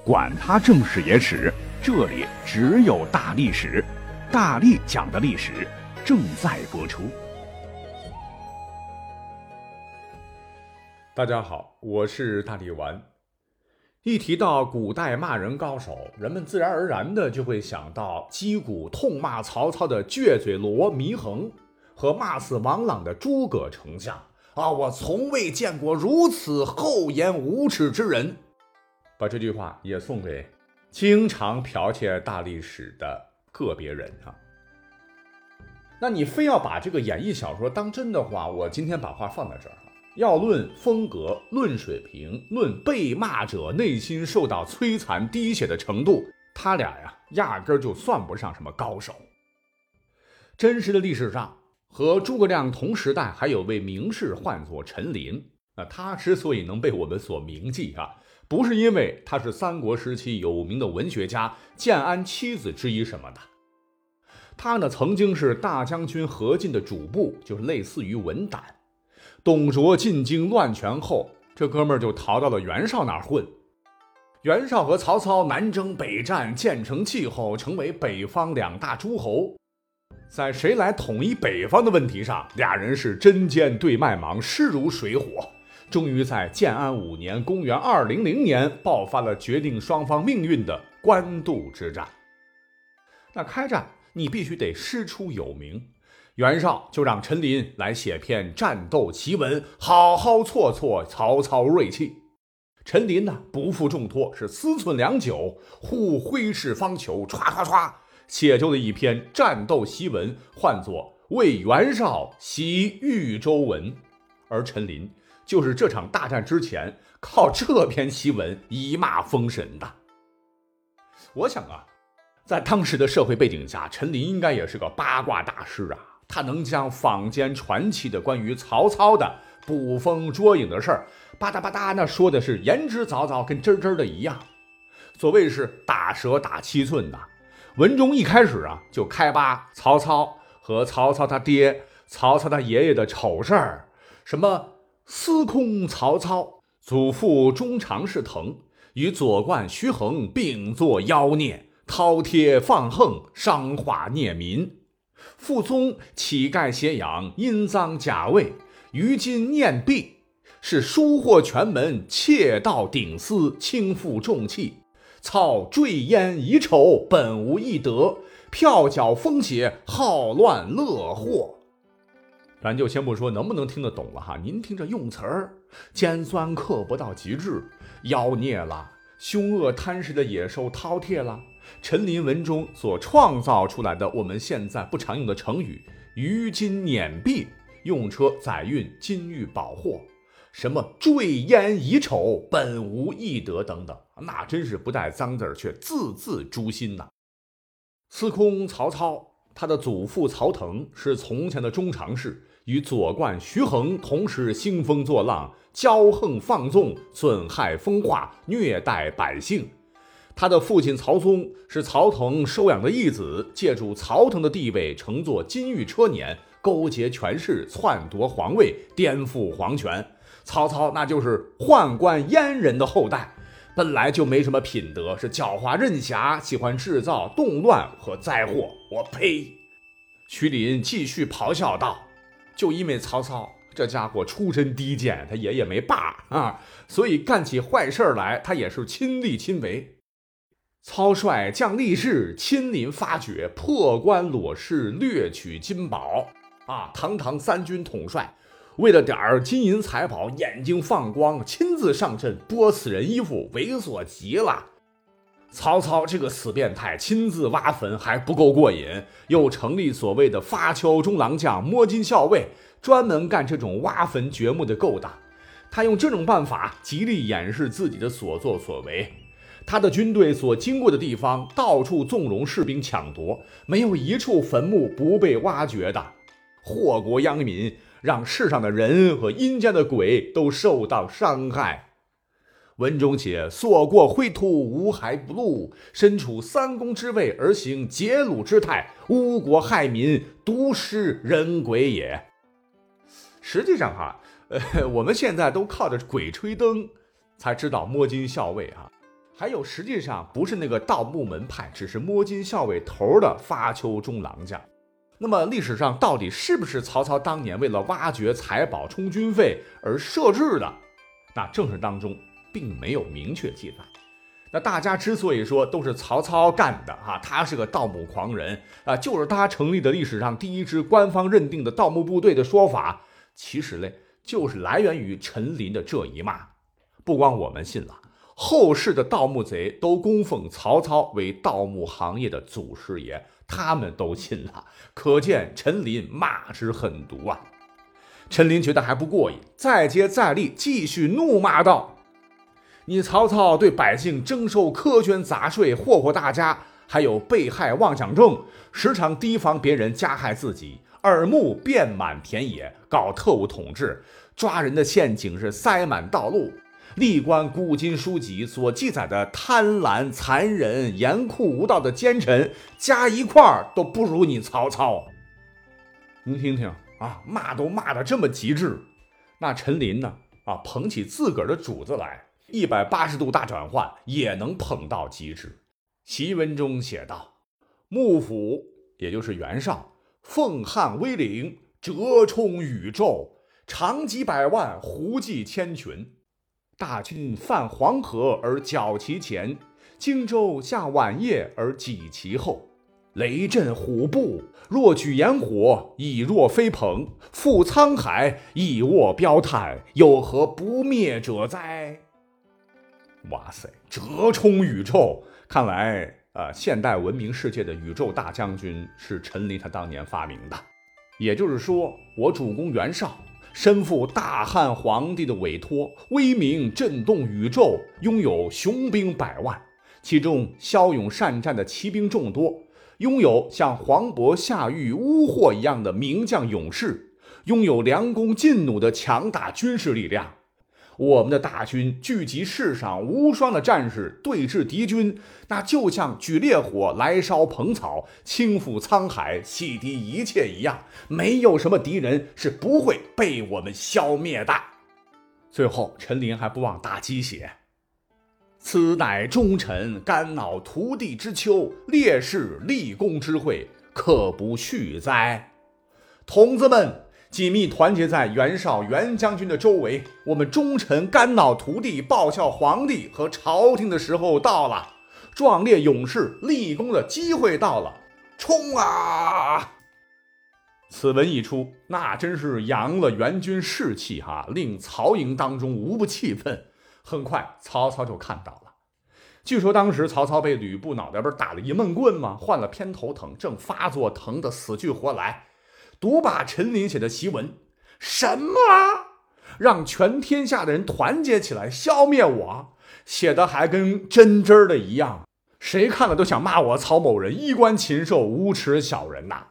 管他正史野史，这里只有大历史，大力讲的历史正在播出。 大家好，我是大力丸。一提到古代骂人高手，人们自然而然的就会想到击鼓痛骂曹操的倔嘴罗祢衡和骂死王朗的诸葛丞相我从未见过如此厚颜无耻之人。把这句话也送给经常剽窃大历史的个别人那你非要把这个演义小说当真的话，我今天把话放在这儿要论风格，论水平，论被骂者内心受到摧残滴血的程度，他俩压根就算不上什么高手。真实的历史上，和诸葛亮同时代还有位名士唤作陈琳。他之所以能被我们所铭记不是因为他是三国时期有名的文学家、建安七子之一什么的。他呢，曾经是大将军何进的主簿，就是类似于文胆。董卓进京乱权后，这哥们儿就逃到了袁绍那儿混。袁绍和曹操南征北战，建成气候，成为北方两大诸侯。在谁来统一北方的问题上，俩人是针尖对麦芒，势如水火。终于在建安5年，公元200年，爆发了决定双方命运的官渡之战。那开战，你必须得师出有名。袁绍就让陈琳来写篇战斗奇文，好好挫挫曹操锐气。陈琳呢，不负重托，是思忖良久，忽挥斥方遒，唰唰唰，写就了一篇战斗檄文，唤作《为袁绍习豫州文》。而陈琳就是这场大战之前靠这篇檄文一骂封神的。我想在当时的社会背景下，陈琳应该也是个八卦大师他能将坊间传奇的关于曹操的捕风捉影的事儿，吧嗒吧嗒，那说的是言之凿凿，跟真真的一样。所谓是打蛇打七寸文中一开始就开扒曹操和曹操他爹、曹操他爷爷的丑事儿，什么司空曹操祖父中常侍腾与左冠徐衡并作妖孽，饕餮放横，伤化孽民。父宗乞丐挟养，阴赃假位，于今念弊，是疏获权门，窃盗顶私，轻负重器。操坠烟遗丑，本无一德，票缴风血，好乱乐祸。咱就先不说能不能听得懂了您听这用词儿，尖酸刻薄到极致，妖孽了，凶恶贪食的野兽饕餮了。陈琳文中所创造出来的我们现在不常用的成语于今碾币，用车载运金玉宝货，什么坠烟遗丑，本无一德等等，那真是不带脏字却字字诛心司空曹操他的祖父曹腾是从前的中常侍，与左冠徐衡同时兴风作浪，骄横放纵，损害风化，虐待百姓。他的父亲曹嵩是曹腾收养的义子，借助曹腾的地位乘坐金玉车辇，勾结权势，篡夺皇位，颠覆皇权。曹操那就是宦官阉人的后代，本来就没什么品德，是狡猾任侠，喜欢制造动乱和灾祸。我呸！徐林继续咆哮道，就因为曹操这家伙出身低贱，他爷爷没爸所以干起坏事来他也是亲力亲为。操率将力士亲临发掘，破关裸视，掠取金宝堂堂三军统帅，为了点金银财宝，眼睛放光，亲自上阵剥死人衣服，猥琐极了。曹操这个死变态亲自挖坟还不够过瘾，又成立所谓的发丘中郎将摸金校尉，专门干这种挖坟掘墓的勾当。他用这种办法极力掩饰自己的所作所为。他的军队所经过的地方，到处纵容士兵抢夺，没有一处坟墓不被挖掘的，祸国殃民，让世上的人和阴间的鬼都受到伤害。文中写所过灰土，无骸不露，身处三公之位而行劫掳之态，污国害民，毒失人鬼也。实际上我们现在都靠着鬼吹灯才知道摸金校尉还有实际上不是那个盗墓门派，只是摸金校尉头的发丘中郎将。那么历史上到底是不是曹操当年为了挖掘财宝充军费而设置的？那正史当中并没有明确记载。那大家之所以说都是曹操干的他是个盗墓狂人就是他成立的历史上第一支官方认定的盗墓部队的说法，其实呢就是来源于陈琳的这一骂。不光我们信了，后世的盗墓贼都供奉曹操为盗墓行业的祖师爷，他们都信了，可见陈琳骂之狠毒啊！陈琳觉得还不过瘾，再接再厉，继续怒骂道：你曹操对百姓征收苛捐杂税，祸祸大家，还有被害妄想症，时常提防别人加害自己，耳目遍满田野，搞特务统治，抓人的陷阱是塞满道路。历观古今书籍所记载的贪婪、残忍、严酷无道的奸臣，加一块都不如你曹操。您听听骂都骂得这么极致，那陈琳呢捧起自个儿的主子来，180度大转换，也能捧到极致。檄文中写道：幕府也就是袁绍，奉汉威灵，折冲宇宙，长几百万，胡骑千群。大军泛黄河而剿其前，荆州下晚夜而挤其后。雷震虎步，若举炎火，以若飞鹏；赴沧海，以卧标炭，有何不灭者哉？哇塞，折冲宇宙！看来现代文明世界的宇宙大将军是陈琳他当年发明的。也就是说，我主公袁绍身负大汉皇帝的委托，威名震动宇宙，拥有雄兵100万，其中骁勇善战的骑兵众多，拥有像黄渤下狱乌霍一样的名将勇士，拥有良弓劲弩的强大军事力量。我们的大军聚集世上无双的战士，对峙敌军，那就像举烈火来烧蓬草，倾覆沧海，洗涤一切一样，没有什么敌人是不会被我们消灭的。最后陈琳还不忘打鸡血：此乃忠臣肝脑涂地之秋，烈士立功之会，可不续哉？童子们，紧密团结在袁绍袁将军的周围，我们忠臣肝脑涂地报效皇帝和朝廷的时候到了，壮烈勇士立功的机会到了，冲啊！此文一出，那真是扬了袁军士气令曹营当中无不气愤。很快曹操就看到了，据说当时曹操被吕布脑袋不是打了一闷棍吗？患了偏头疼，正发作，疼得死去活来。读罢陈琳写的檄文，什么让全天下的人团结起来消灭我，写的还跟真真的一样，谁看了都想骂我曹某人衣冠禽兽，无耻小人呐！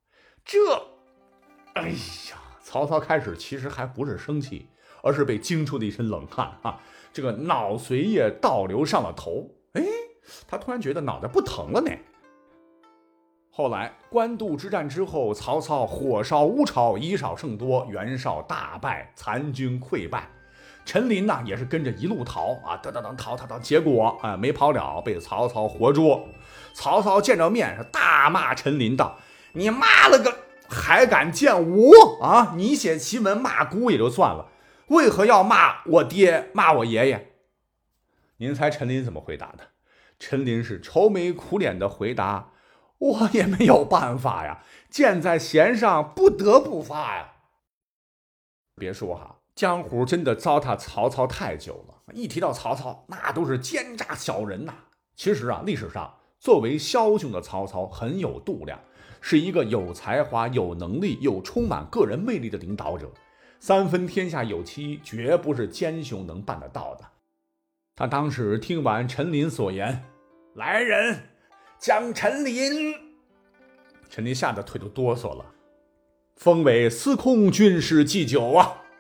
哎呀，曹操开始其实还不是生气，而是被惊出了一身冷汗这个脑髓液倒流上了头，他突然觉得脑袋不疼了呢。后来官渡之战之后，曹操火烧乌巢，以少胜多，袁绍大败，残军溃败。陈琳呢也是跟着一路逃逃，结果没跑了，被曹操活捉。曹操见着面是大骂陈琳道：你骂了个还敢见我你写檄文骂姑也就算了，为何要骂我爹骂我爷爷？您猜陈琳怎么回答的？陈琳是愁眉苦脸的回答：我也没有办法呀，箭在弦上不得不发呀。别说江湖真的糟蹋曹操太久了，一提到曹操那都是奸诈小人呐。其实历史上作为枭雄的曹操很有度量，是一个有才华有能力又充满个人魅力的领导者，三分天下有期绝不是奸雄能办得到的。他当时听完陈琳所言，来人将陈琳吓得腿都哆嗦了，封为司空军师祭酒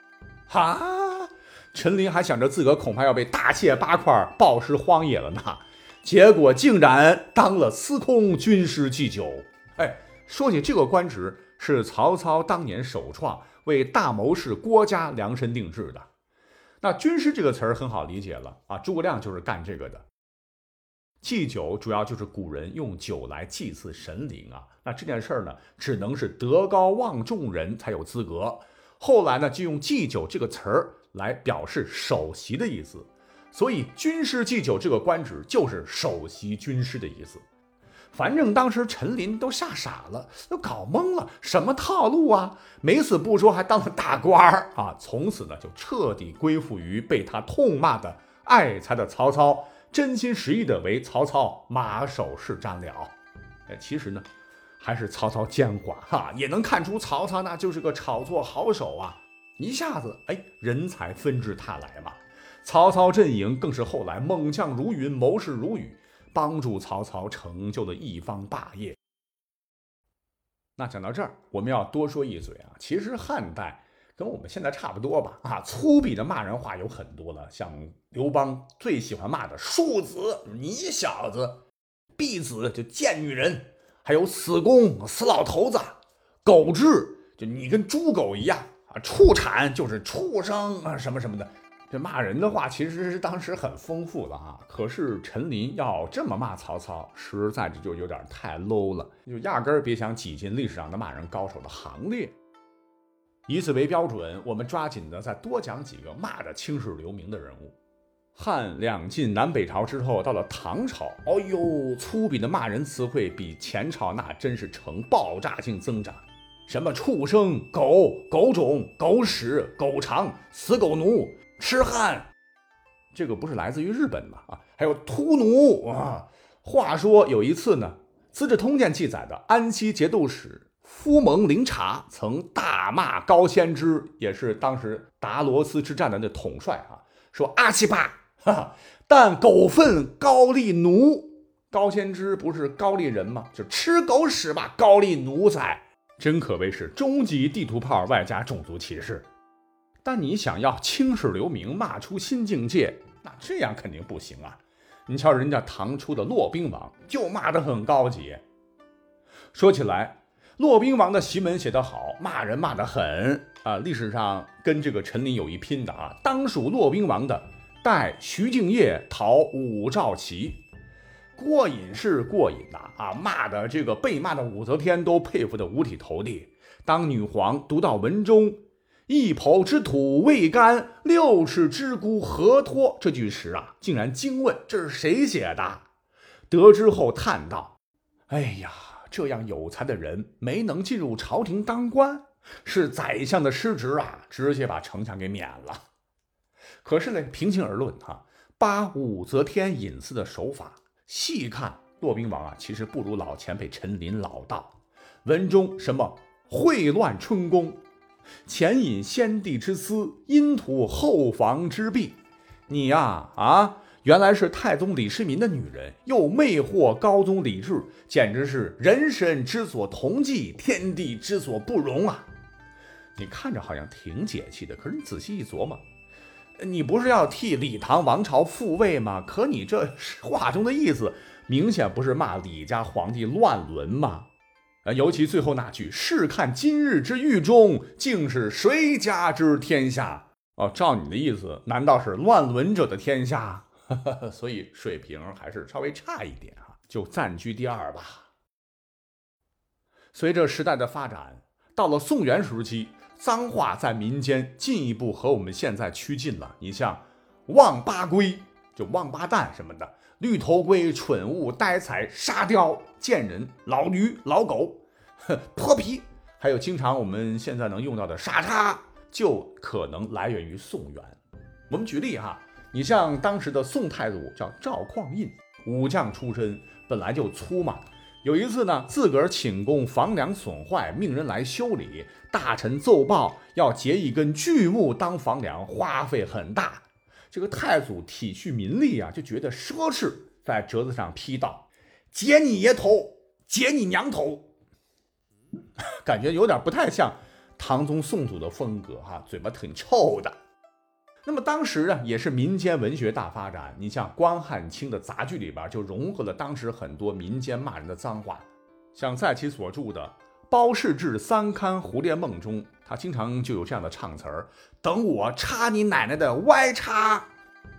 陈琳还想着自个恐怕要被大卸八块暴尸荒野了呢，结果竟然当了司空军师祭酒。说起这个官职，是曹操当年首创，为大谋士郭嘉量身定制的。那军师这个词儿很好理解了诸葛亮就是干这个的。 祭酒主要就是古人用酒来祭祀神灵啊，那这件事儿呢，只能是德高望重人才有资格。后来呢，就用祭酒这个词儿来表示首席的意思，所以军师祭酒这个官职就是首席军师的意思。反正当时陈琳都吓傻了，都搞懵了，什么套路啊？没死不说，还当了大官啊！从此呢，就彻底归附于被他痛骂的爱才的曹操，真心实意的为曹操马首是瞻了。其实呢，还是曹操奸猾哈，也能看出曹操那就是个炒作好手啊！一下子人才纷至沓来嘛。曹操阵营更是后来猛将如云，谋士如雨，帮助曹操成就了一方霸业。那讲到这儿，我们要多说一嘴啊，其实汉代跟我们现在差不多吧啊，粗鄙的骂人话有很多了，像刘邦最喜欢骂的庶子，你小子；婢子就贱女人，还有死公、死老头子；狗彘就你跟猪狗一样啊；畜产就是畜生啊，什么什么的。这骂人的话其实是当时很丰富的啊，可是陈琳要这么骂曹操，实在就有点太 low 了，就压根儿别想挤进历史上的骂人高手的行列。以此为标准，我们抓紧的再多讲几个骂得青史留名的人物。汉两晋南北朝之后，到了唐朝，粗鄙的骂人词汇比前朝那真是呈爆炸性增长。什么畜生、狗、狗种、狗屎、狗肠、死狗奴、痴汉，这个不是来自于日本吗？还有秃奴啊！话说有一次呢，《资治通鉴》记载的安西节度使夫蒙灵察曾大骂高仙芝，也是当时达罗斯之战的那统帅啊，说阿奇巴，但狗粪高丽奴。高仙芝不是高丽人吗？就吃狗屎吧，高丽奴才，真可谓是终极地图炮外加种族歧视。但你想要青史留名，骂出新境界，那这样肯定不行啊！你瞧人家唐初的骆宾王就骂得很高级。说起来，骆宾王的檄文写得好，骂人骂得狠啊！历史上跟这个陈琳有一拼的啊，当属骆宾王的代徐敬业讨武曌齐，过瘾是过瘾呐啊！骂的这个被骂的武则天都佩服得五体投地。当女皇读到文中一抔之土未干，6尺之孤何托这句诗啊，竟然惊问这是谁写的？得知后叹道：哎呀，这样有才的人没能进入朝廷当官，是宰相的失职啊，直接把丞相给免了。可是呢，平心而论扒武则天隐私的手法，细看骆宾王啊，其实不如老前辈陈琳老道。文中什么秽乱春宫，前引先帝之私，阴图后房之弊。你原来是太宗李世民的女人，又魅惑高宗李治，简直是人神之所同忌，天地之所不容啊！你看着好像挺解气的，可是你仔细一琢磨，你不是要替李唐王朝复位吗？可你这话中的意思，明显不是骂李家皇帝乱伦吗？尤其最后那句试看今日之狱中，竟是谁家之天下？照你的意思，难道是乱伦者的天下？所以水平还是稍微差一点就暂居第2吧。随着时代的发展，到了宋元时期，脏话在民间进一步和我们现在趋近了。你像王八龟，就王八蛋什么的，绿头龟、蠢物、呆才、沙雕、贱人、老驴、老狗、泼皮，还有经常我们现在能用到的傻叉，就可能来源于宋元。我们举例你像当时的宋太祖叫赵匡胤，武将出身，本来就粗嘛。有一次呢，自个儿寝宫房梁损坏，命人来修理，大臣奏报要截一根巨木当房梁，花费很大。这个太祖体恤民力就觉得奢侈，在折子上批道：截你爷头，截你娘头。感觉有点不太像唐宗宋祖的风格嘴巴挺臭的。那么当时也是民间文学大发展，你像关汉卿的杂剧里边就融合了当时很多民间骂人的脏话，像在其所著的《包氏志三刊胡烈梦》中，他经常就有这样的唱词儿：等我插你奶奶的歪插。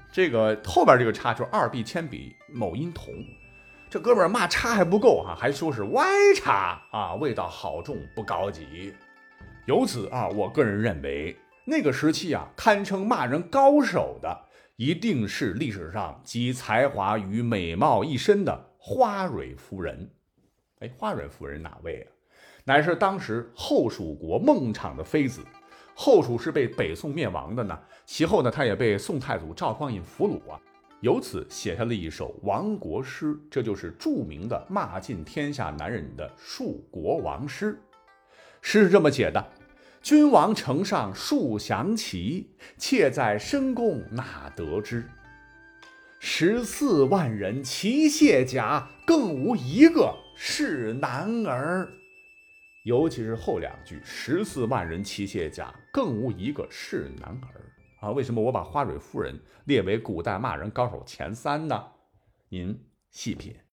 这个后边这个叉就是二臂铅笔某音同。这哥们儿骂叉还不够啊，还说是歪叉啊，味道好重不高级。由此啊，我个人认为那个时期啊，堪称骂人高手的，一定是历史上集才华与美貌一身的花蕊夫人。哎，花蕊夫人哪位啊？乃是当时后蜀国孟昶的妃子。后蜀是被北宋灭亡的呢，其后呢，他也被宋太祖赵匡胤俘虏啊，由此写下了一首亡国诗，这就是著名的骂尽天下男人的述国王诗。诗是这么写的：君王城上树降旗，妾在深宫哪得知？14万人齐卸甲，更无一个是男儿。尤其是后两句，14万人齐卸甲，更无一个是男儿啊！为什么我把花蕊夫人列为古代骂人高手前3呢？您细品。